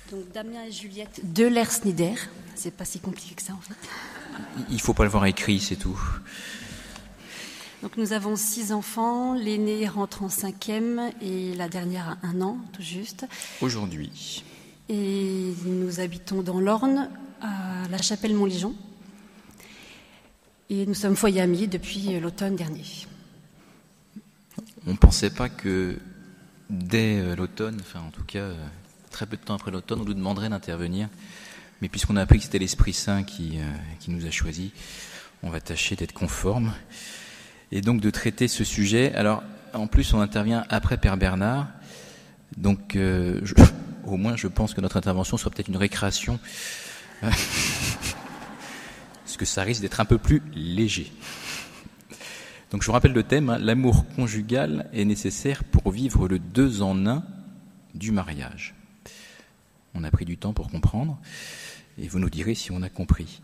Donc Damien et Juliette de l'Ersnider. C'est pas si compliqué que ça en fait. Il faut pas le voir écrit, c'est tout. Donc nous avons 6 enfants. L'aîné rentre en 5e et la dernière a 1 an, tout juste. Aujourd'hui. Et nous habitons dans l'Orne, à la Chapelle-Montligeon. Et nous sommes foyer amis depuis l'automne dernier. On ne pensait pas que dès l'automne, enfin en tout cas très peu de temps après l'automne, on nous demanderait d'intervenir. Mais puisqu'on a appris que c'était l'Esprit Saint qui nous a choisis, on va tâcher d'être conforme. Et donc de traiter ce sujet. Alors en plus on intervient après Père Bernard. Donc au moins je pense que notre intervention soit peut-être une récréation. Parce que ça risque d'être un peu plus léger. Donc je vous rappelle le thème, l'amour conjugal est nécessaire pour vivre le 2 en 1 du mariage. On a pris du temps pour comprendre, et vous nous direz si on a compris.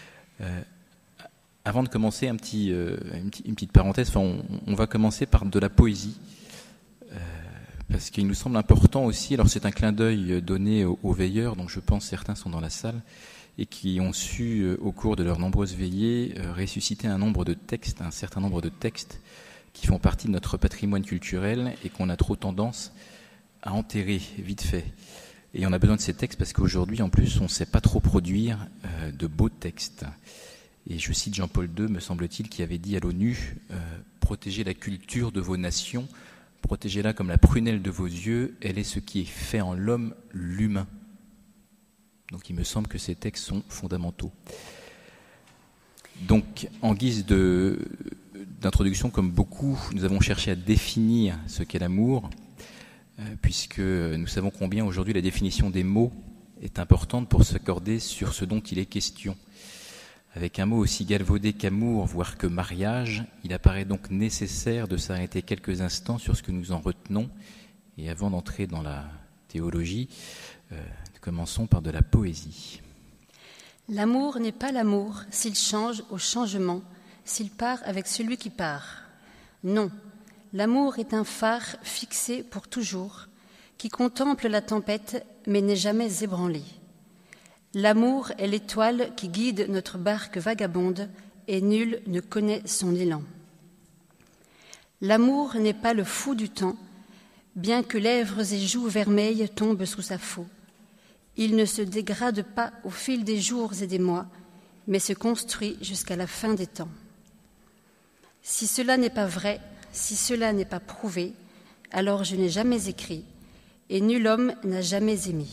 Avant de commencer, une petite parenthèse, on va commencer par de la poésie, parce qu'il nous semble important aussi, alors c'est un clin d'œil donné aux veilleurs, donc je pense certains sont dans la salle, et qui ont su, au cours de leurs nombreuses veillées, ressusciter un certain nombre de textes qui font partie de notre patrimoine culturel et qu'on a trop tendance à enterrer vite fait. Et on a besoin de ces textes parce qu'aujourd'hui, en plus, on ne sait pas trop produire de beaux textes. Et je cite Jean-Paul II, me semble-t-il, qui avait dit à l'ONU « Protégez la culture de vos nations, protégez-la comme la prunelle de vos yeux, elle est ce qui est fait en l'homme, l'humain. » Donc il me semble que ces textes sont fondamentaux. Donc en guise d'introduction, comme beaucoup, nous avons cherché à définir ce qu'est l'amour, puisque nous savons combien aujourd'hui la définition des mots est importante pour s'accorder sur ce dont il est question. Avec un mot aussi galvaudé qu'amour, voire que mariage, il apparaît donc nécessaire de s'arrêter quelques instants sur ce que nous en retenons. Et avant d'entrer dans la théologie, commençons par de la poésie. L'amour n'est pas l'amour s'il change au changement, s'il part avec celui qui part. Non, l'amour est un phare fixé pour toujours, qui contemple la tempête mais n'est jamais ébranlé. L'amour est l'étoile qui guide notre barque vagabonde et nul ne connaît son élan. L'amour n'est pas le fou du temps, bien que lèvres et joues vermeilles tombent sous sa faux. Il ne se dégrade pas au fil des jours et des mois, mais se construit jusqu'à la fin des temps. Si cela n'est pas vrai, si cela n'est pas prouvé, alors je n'ai jamais écrit, et nul homme n'a jamais aimé.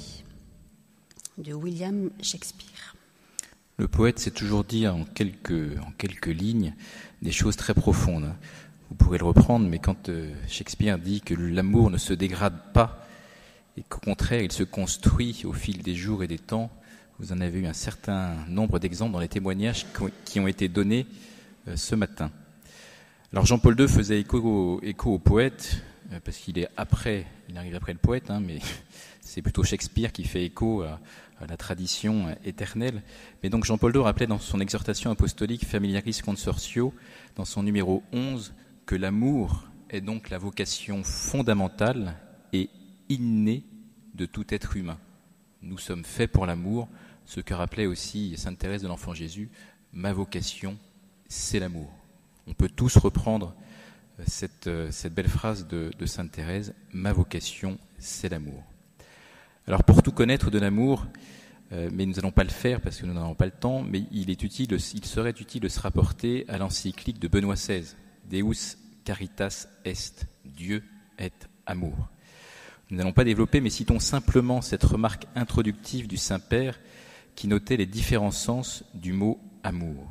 De William Shakespeare. Le poète sait toujours dire en quelques lignes des choses très profondes. Vous pourrez le reprendre, mais quand Shakespeare dit que l'amour ne se dégrade pas, et qu'au contraire, il se construit au fil des jours et des temps. Vous en avez eu un certain nombre d'exemples dans les témoignages qui ont été donnés ce matin. Alors Jean-Paul II faisait écho au poète, parce qu'il arrive après le poète, mais c'est plutôt Shakespeare qui fait écho à la tradition éternelle. Mais donc Jean-Paul II rappelait dans son exhortation apostolique Familiaris Consortio, dans son numéro 11, que l'amour est donc la vocation fondamentale et innée de tout être humain. Nous sommes faits pour l'amour, ce que rappelait aussi Sainte Thérèse de l'Enfant Jésus, ma vocation, c'est l'amour. On peut tous reprendre cette belle phrase de Sainte Thérèse, ma vocation, c'est l'amour. Alors pour tout connaître de l'amour, mais nous n'allons pas le faire parce que nous n'avons pas le temps, mais il serait utile de se rapporter à l'encyclique de Benoît XVI, Deus Caritas Est, Dieu est amour. Nous n'allons pas développer, mais citons simplement cette remarque introductive du Saint-Père qui notait les différents sens du mot amour.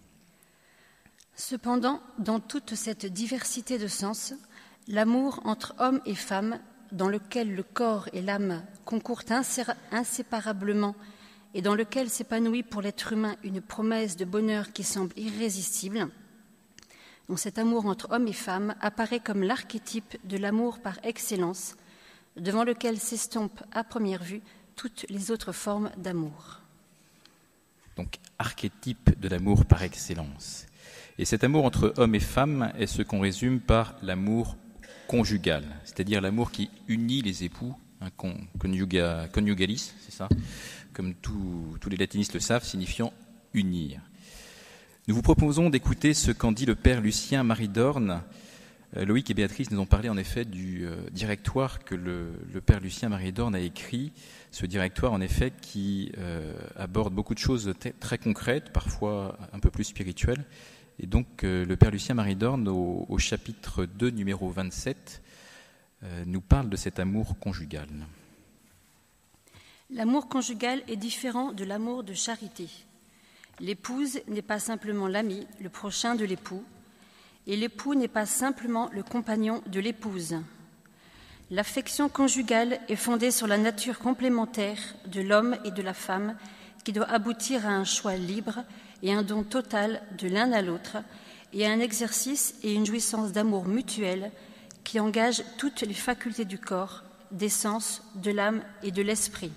Cependant, dans toute cette diversité de sens, l'amour entre homme et femme, dans lequel le corps et l'âme concourent inséparablement et dans lequel s'épanouit pour l'être humain une promesse de bonheur qui semble irrésistible, donc cet amour entre homme et femme apparaît comme l'archétype de l'amour par excellence, devant lequel s'estompent à première vue toutes les autres formes d'amour. Donc, archétype de l'amour par excellence. Et cet amour entre homme et femme est ce qu'on résume par l'amour conjugal, c'est-à-dire l'amour qui unit les époux conjugalis, c'est ça, comme tous les latinistes le savent, signifiant unir. Nous vous proposons d'écouter ce qu'en dit le père Lucien Marie Dorn. Loïc et Béatrice nous ont parlé en effet du directoire que le père Lucien Marie Dorn a écrit, ce directoire en effet qui aborde beaucoup de choses très concrètes, parfois un peu plus spirituelles. Et donc le père Lucien Marie Dorn au chapitre 2, numéro 27, nous parle de cet amour conjugal. L'amour conjugal est différent de l'amour de charité. L'épouse n'est pas simplement l'ami, le prochain de l'époux, et l'époux n'est pas simplement le compagnon de l'épouse. L'affection conjugale est fondée sur la nature complémentaire de l'homme et de la femme qui doit aboutir à un choix libre et un don total de l'un à l'autre et à un exercice et une jouissance d'amour mutuel qui engage toutes les facultés du corps, des sens, de l'âme et de l'esprit.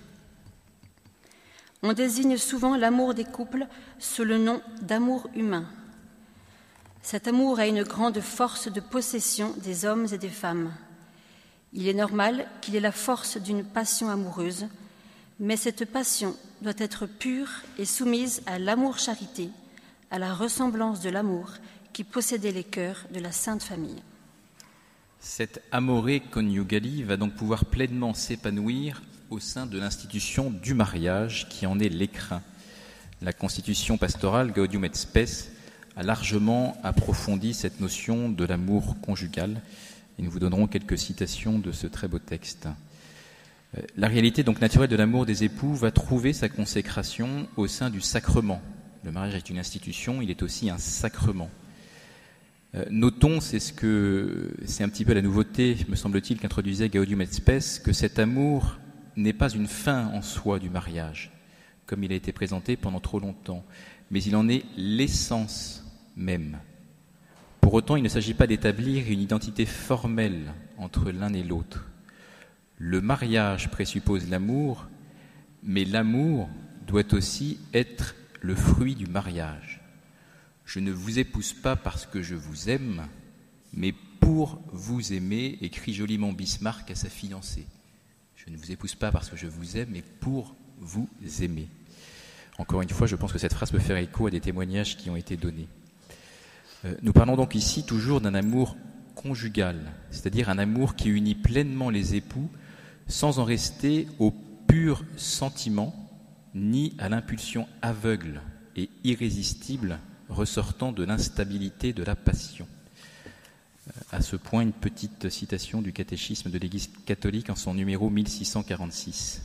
On désigne souvent l'amour des couples sous le nom d'amour humain. Cet amour a une grande force de possession des hommes et des femmes. Il est normal qu'il ait la force d'une passion amoureuse, mais cette passion doit être pure et soumise à l'amour-charité, à la ressemblance de l'amour qui possédait les cœurs de la Sainte Famille. Cet amore conjugali va donc pouvoir pleinement s'épanouir au sein de l'institution du mariage qui en est l'écrin. La constitution pastorale Gaudium et Spes a largement approfondi cette notion de l'amour conjugal et nous vous donnerons quelques citations de ce très beau texte. La réalité donc naturelle de l'amour des époux va trouver sa consécration au sein du sacrement. Le mariage est une institution, il est aussi un sacrement. Notons, c'est un petit peu la nouveauté, me semble-t-il, qu'introduisait Gaudium et Spes, que cet amour n'est pas une fin en soi du mariage, comme il a été présenté pendant trop longtemps, mais il en est l'essence même. Pour autant, il ne s'agit pas d'établir une identité formelle entre l'un et l'autre. Le mariage présuppose l'amour, mais l'amour doit aussi être le fruit du mariage. Je ne vous épouse pas parce que je vous aime, mais pour vous aimer, écrit joliment Bismarck à sa fiancée. Je ne vous épouse pas parce que je vous aime, mais pour vous aimer. Encore une fois, je pense que cette phrase peut faire écho à des témoignages qui ont été donnés. Nous parlons donc ici toujours d'un amour conjugal, c'est-à-dire un amour qui unit pleinement les époux sans en rester au pur sentiment, ni à l'impulsion aveugle et irrésistible ressortant de l'instabilité de la passion. À ce point, une petite citation du catéchisme de l'Église catholique en son numéro 1646.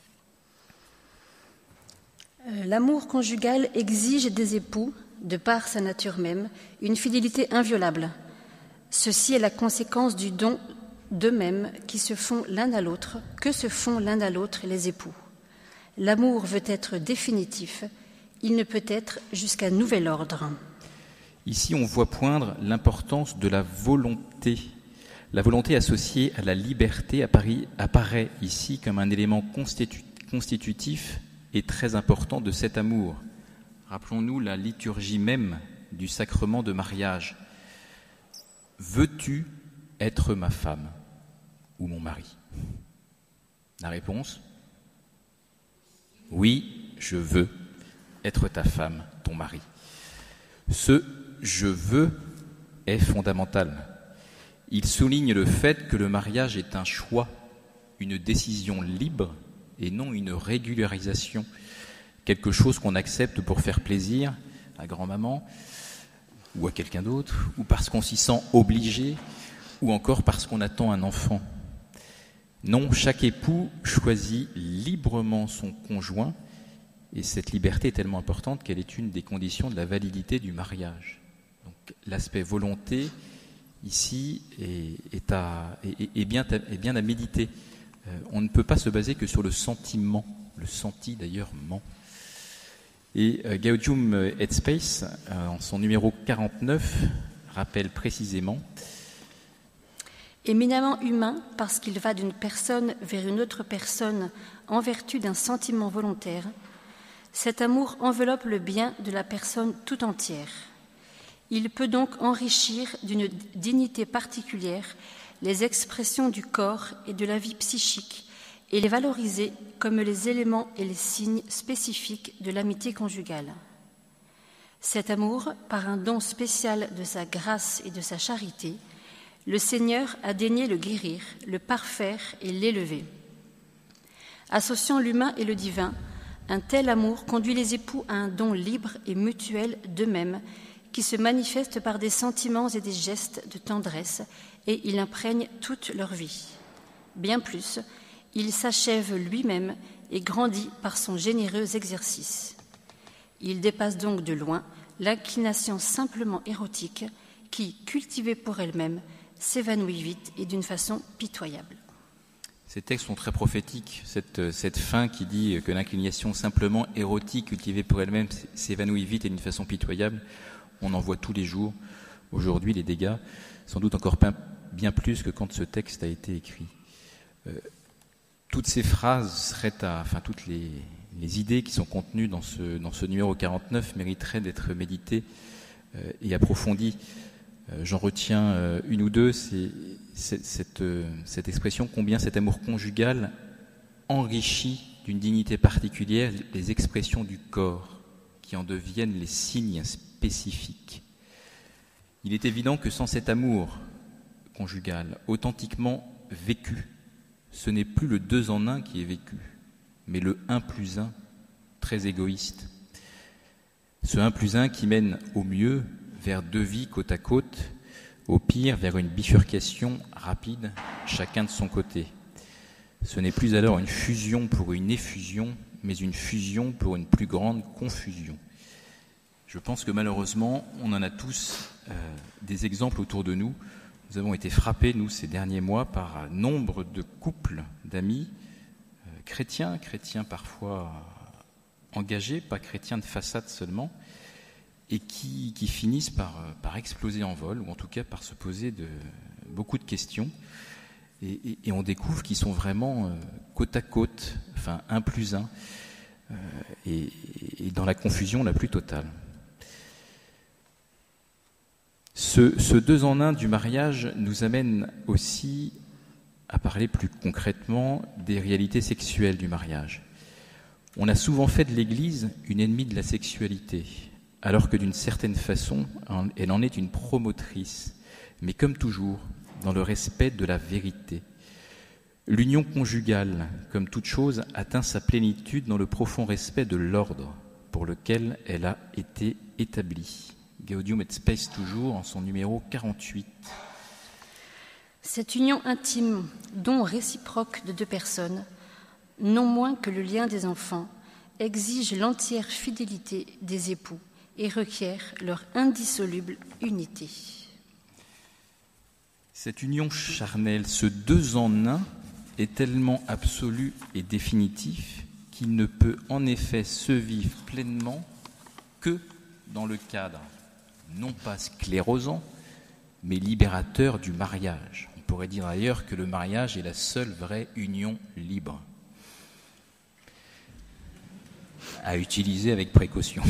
L'amour conjugal exige des époux, de par sa nature même, une fidélité inviolable. Ceci est la conséquence du don d'eux-mêmes que se font l'un à l'autre les époux. L'amour veut être définitif, il ne peut être jusqu'à nouvel ordre. Ici, on voit poindre l'importance de la volonté. La volonté associée à la liberté apparaît ici comme un élément constitutif et très important de cet amour. Rappelons-nous la liturgie même du sacrement de mariage. Veux-tu être ma femme ou mon mari ? La réponse ? Oui, je veux être ta femme, ton mari. Ce « je veux » est fondamental. Il souligne le fait que le mariage est un choix, une décision libre et non une régularisation, quelque chose qu'on accepte pour faire plaisir à grand-maman ou à quelqu'un d'autre, ou parce qu'on s'y sent obligé, ou encore parce qu'on attend un enfant. Non, chaque époux choisit librement son conjoint, et cette liberté est tellement importante qu'elle est une des conditions de la validité du mariage. Donc, l'aspect volonté, ici, est bien à méditer. On ne peut pas se baser que sur le sentiment. Le senti, d'ailleurs, ment. Et Gaudium et Spes, en son numéro 49, rappelle précisément éminemment humain parce qu'il va d'une personne vers une autre personne en vertu d'un sentiment volontaire, cet amour enveloppe le bien de la personne tout entière. Il peut donc enrichir d'une dignité particulière les expressions du corps et de la vie psychique et les valoriser comme les éléments et les signes spécifiques de l'amitié conjugale. Cet amour, par un don spécial de sa grâce et de sa charité, le Seigneur a daigné le guérir, le parfaire et l'élever. Associant l'humain et le divin, un tel amour conduit les époux à un don libre et mutuel d'eux-mêmes qui se manifeste par des sentiments et des gestes de tendresse et il imprègne toute leur vie. Bien plus, il s'achève lui-même et grandit par son généreux exercice. Il dépasse donc de loin l'inclination simplement érotique qui, cultivée pour elle-même, s'évanouit vite et d'une façon pitoyable. Ces textes sont très prophétiques, cette fin qui dit que l'inclination simplement érotique cultivée pour elle-même s'évanouit vite et d'une façon pitoyable. On en voit tous les jours. Aujourd'hui, les dégâts, sans doute encore bien plus que quand ce texte a été écrit. Toutes ces phrases seraient toutes les idées qui sont contenues dans ce numéro 49 mériteraient d'être méditées et approfondies. J'en retiens une ou deux, c'est cette expression combien cet amour conjugal enrichit d'une dignité particulière les expressions du corps qui en deviennent les signes spécifiques. Il est évident que sans cet amour conjugal authentiquement vécu, ce n'est plus le 2 en 1 qui est vécu, mais le 1 plus 1 très égoïste. Ce 1 plus 1 qui mène au mieux vers 2 vies côte à côte, au pire vers une bifurcation rapide, chacun de son côté. Ce n'est plus alors une fusion pour une effusion, mais une fusion pour une plus grande confusion. Je pense que malheureusement, on en a tous des exemples autour de nous. Nous avons été frappés, nous, ces derniers mois, par nombre de couples d'amis chrétiens parfois engagés, pas chrétiens de façade seulement, et qui finissent par exploser en vol, ou en tout cas par se poser beaucoup de questions. Et on découvre qu'ils sont vraiment côte à côte, 1 plus 1, et dans la confusion la plus totale. Ce 2 en 1 du mariage nous amène aussi à parler plus concrètement des réalités sexuelles du mariage. On a souvent fait de l'Église une ennemie de la sexualité, alors que d'une certaine façon, elle en est une promotrice, mais comme toujours, dans le respect de la vérité. L'union conjugale, comme toute chose, atteint sa plénitude dans le profond respect de l'ordre pour lequel elle a été établie. Gaudium et Spes toujours, en son numéro 48. Cette union intime, don réciproque de 2 personnes, non moins que le lien des enfants, exige l'entière fidélité des époux et requiert leur indissoluble unité. Cette union charnelle, ce 2 en 1, est tellement absolu et définitif qu'il ne peut en effet se vivre pleinement que dans le cadre, non pas sclérosant, mais libérateur du mariage. On pourrait dire d'ailleurs que le mariage est la seule vraie union libre. À utiliser avec précaution.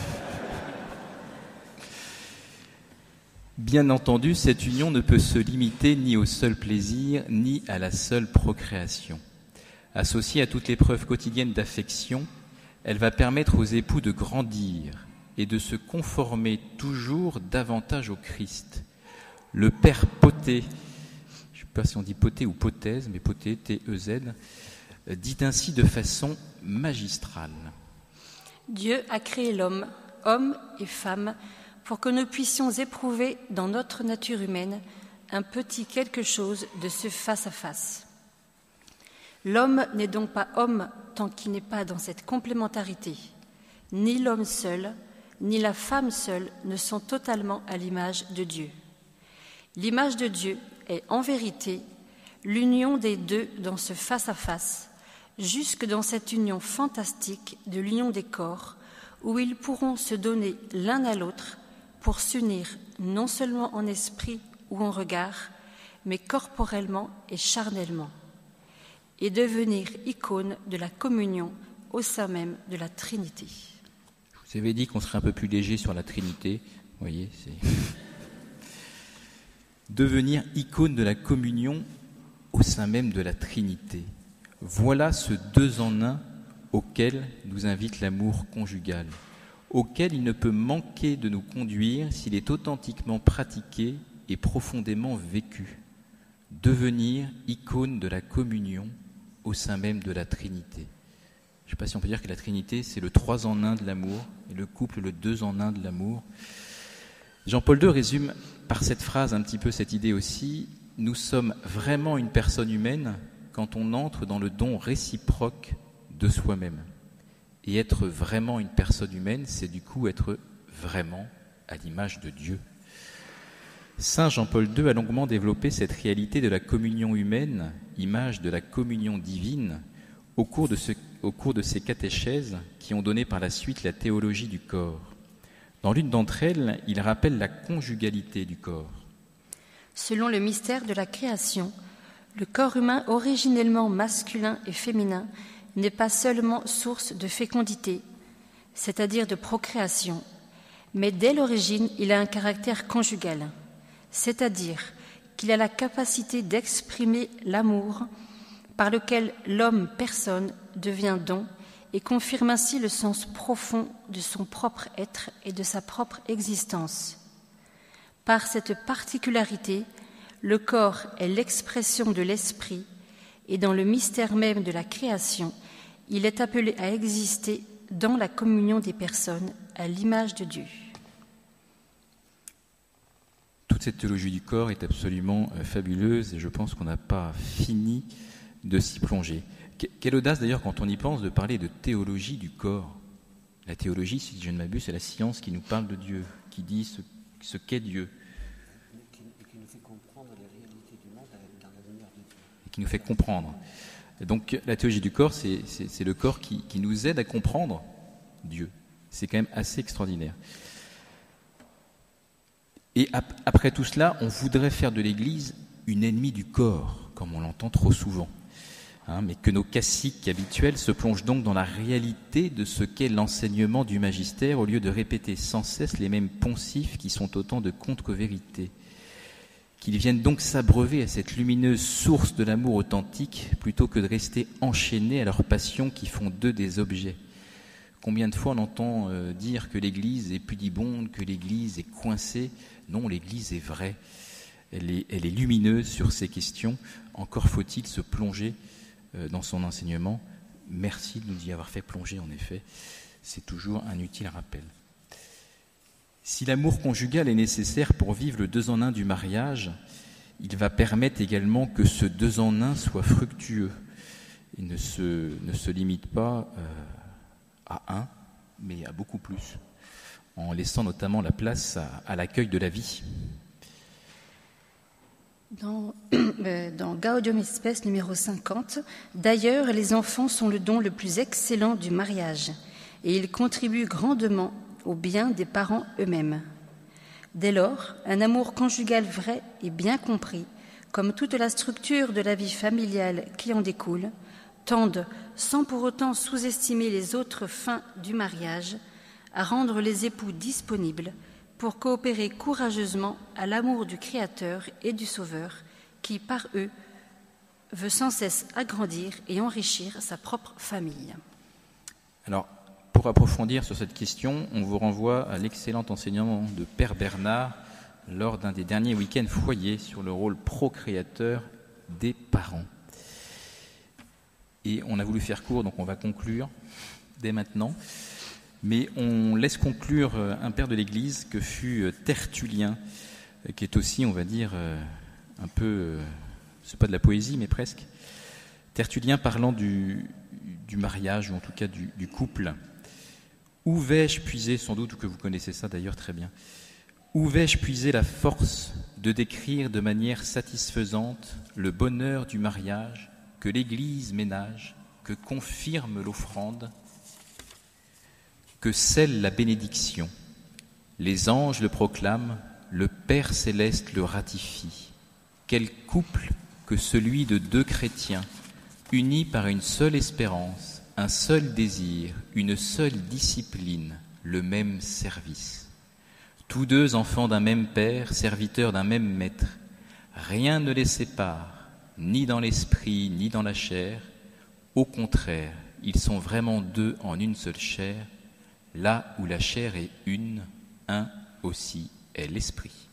Bien entendu, cette union ne peut se limiter ni au seul plaisir, ni à la seule procréation. Associée à toute l'épreuve quotidienne d'affection, elle va permettre aux époux de grandir et de se conformer toujours davantage au Christ. Le Père Pothée, je ne sais pas si on dit Pothée ou Pothèse, mais Pothée, T-E-Z, dit ainsi de façon magistrale. Dieu a créé l'homme, homme et femme, pour que nous puissions éprouver dans notre nature humaine un petit quelque chose de ce face-à-face. L'homme n'est donc pas homme tant qu'il n'est pas dans cette complémentarité. Ni l'homme seul, ni la femme seule ne sont totalement à l'image de Dieu. L'image de Dieu est en vérité l'union des 2 dans ce face-à-face, jusque dans cette union fantastique de l'union des corps, où ils pourront se donner l'un à l'autre pour s'unir non seulement en esprit ou en regard, mais corporellement et charnellement, et devenir icône de la communion au sein même de la Trinité. Je vous avais dit qu'on serait un peu plus léger sur la Trinité. Vous voyez, c'est... Devenir icône de la communion au sein même de la Trinité. Voilà ce deux en un auquel nous invite l'amour conjugal, auquel il ne peut manquer de nous conduire s'il est authentiquement pratiqué et profondément vécu, devenir icône de la communion au sein même de la Trinité. Je ne sais pas si on peut dire que la Trinité, c'est le 3 en 1 de l'amour, et le couple, le 2 en 1 de l'amour. Jean-Paul II résume par cette phrase un petit peu cette idée aussi. Nous sommes vraiment une personne humaine quand on entre dans le don réciproque de soi-même. Et être vraiment une personne humaine, c'est du coup être vraiment à l'image de Dieu. Saint Jean-Paul II a longuement développé cette réalité de la communion humaine, image de la communion divine, au cours de ses catéchèses qui ont donné par la suite la théologie du corps. Dans l'une d'entre elles, il rappelle la conjugalité du corps. Selon le mystère de la création, le corps humain originellement masculin et féminin n'est pas seulement source de fécondité, c'est-à-dire de procréation, mais dès l'origine, il a un caractère conjugal, c'est-à-dire qu'il a la capacité d'exprimer l'amour par lequel l'homme-personne devient don et confirme ainsi le sens profond de son propre être et de sa propre existence. Par cette particularité, le corps est l'expression de l'esprit et dans le mystère même de la création, il est appelé à exister dans la communion des personnes à l'image de Dieu. Toute cette théologie du corps est absolument fabuleuse et je pense qu'on n'a pas fini de s'y plonger. Quelle audace d'ailleurs quand on y pense de parler de théologie du corps. La théologie, si je ne m'abuse, c'est la science qui nous parle de Dieu, qui dit ce qu'est Dieu. Et qui nous fait comprendre les réalités du monde dans la lumière de Dieu. Et qui nous fait comprendre. Et donc la théologie du corps, c'est le corps qui nous aide à comprendre Dieu. C'est quand même assez extraordinaire. Et après tout cela, on voudrait faire de l'Église une ennemie du corps, comme on l'entend trop souvent. Mais que nos caciques habituels se plongent donc dans la réalité de ce qu'est l'enseignement du magistère au lieu de répéter sans cesse les mêmes poncifs qui sont autant de contre-vérités. Qu'ils viennent donc s'abreuver à cette lumineuse source de l'amour authentique plutôt que de rester enchaînés à leurs passions qui font d'eux des objets. Combien de fois on entend dire que l'Église est pudibonde, que l'Église est coincée? Non, l'Église est vraie. Elle est lumineuse sur ces questions. Encore faut-il se plonger dans son enseignement. Merci de nous y avoir fait plonger, en effet. C'est toujours un utile rappel. Si l'amour conjugal est nécessaire pour vivre le deux en un du mariage, il va permettre également que ce deux en un soit fructueux et ne se limite pas à un, mais à beaucoup plus, en laissant notamment la place à l'accueil de la vie. Dans Gaudium et Spes numéro 50, d'ailleurs, les enfants sont le don le plus excellent du mariage et ils contribuent grandement au bien des parents eux-mêmes. Dès lors, un amour conjugal vrai et bien compris, comme toute la structure de la vie familiale qui en découle, tendent, sans pour autant sous-estimer les autres fins du mariage, à rendre les époux disponibles pour coopérer courageusement à l'amour du Créateur et du Sauveur, qui, par eux, veut sans cesse agrandir et enrichir sa propre famille. Alors, pour approfondir sur cette question, on vous renvoie à l'excellent enseignement de Père Bernard lors d'un des derniers week-ends foyers sur le rôle procréateur des parents. Et on a voulu faire court, donc on va conclure dès maintenant. Mais on laisse conclure un père de l'Église que fut Tertullien, qui est aussi, on va dire, un peu, c'est pas de la poésie, mais presque. Tertullien parlant du mariage, ou en tout cas du couple. Où vais-je puiser, sans doute que vous connaissez ça d'ailleurs très bien, où vais-je puiser la force de décrire de manière satisfaisante le bonheur du mariage que l'Église ménage, que confirme l'offrande, que scelle la bénédiction. Les anges le proclament, le Père céleste le ratifie. Quel couple que celui de deux chrétiens, unis par une seule espérance, un seul désir, une seule discipline, le même service. Tous deux enfants d'un même Père, serviteurs d'un même Maître. Rien ne les sépare, ni dans l'esprit, ni dans la chair. Au contraire, ils sont vraiment deux en une seule chair, là où la chair est une, un aussi est l'esprit.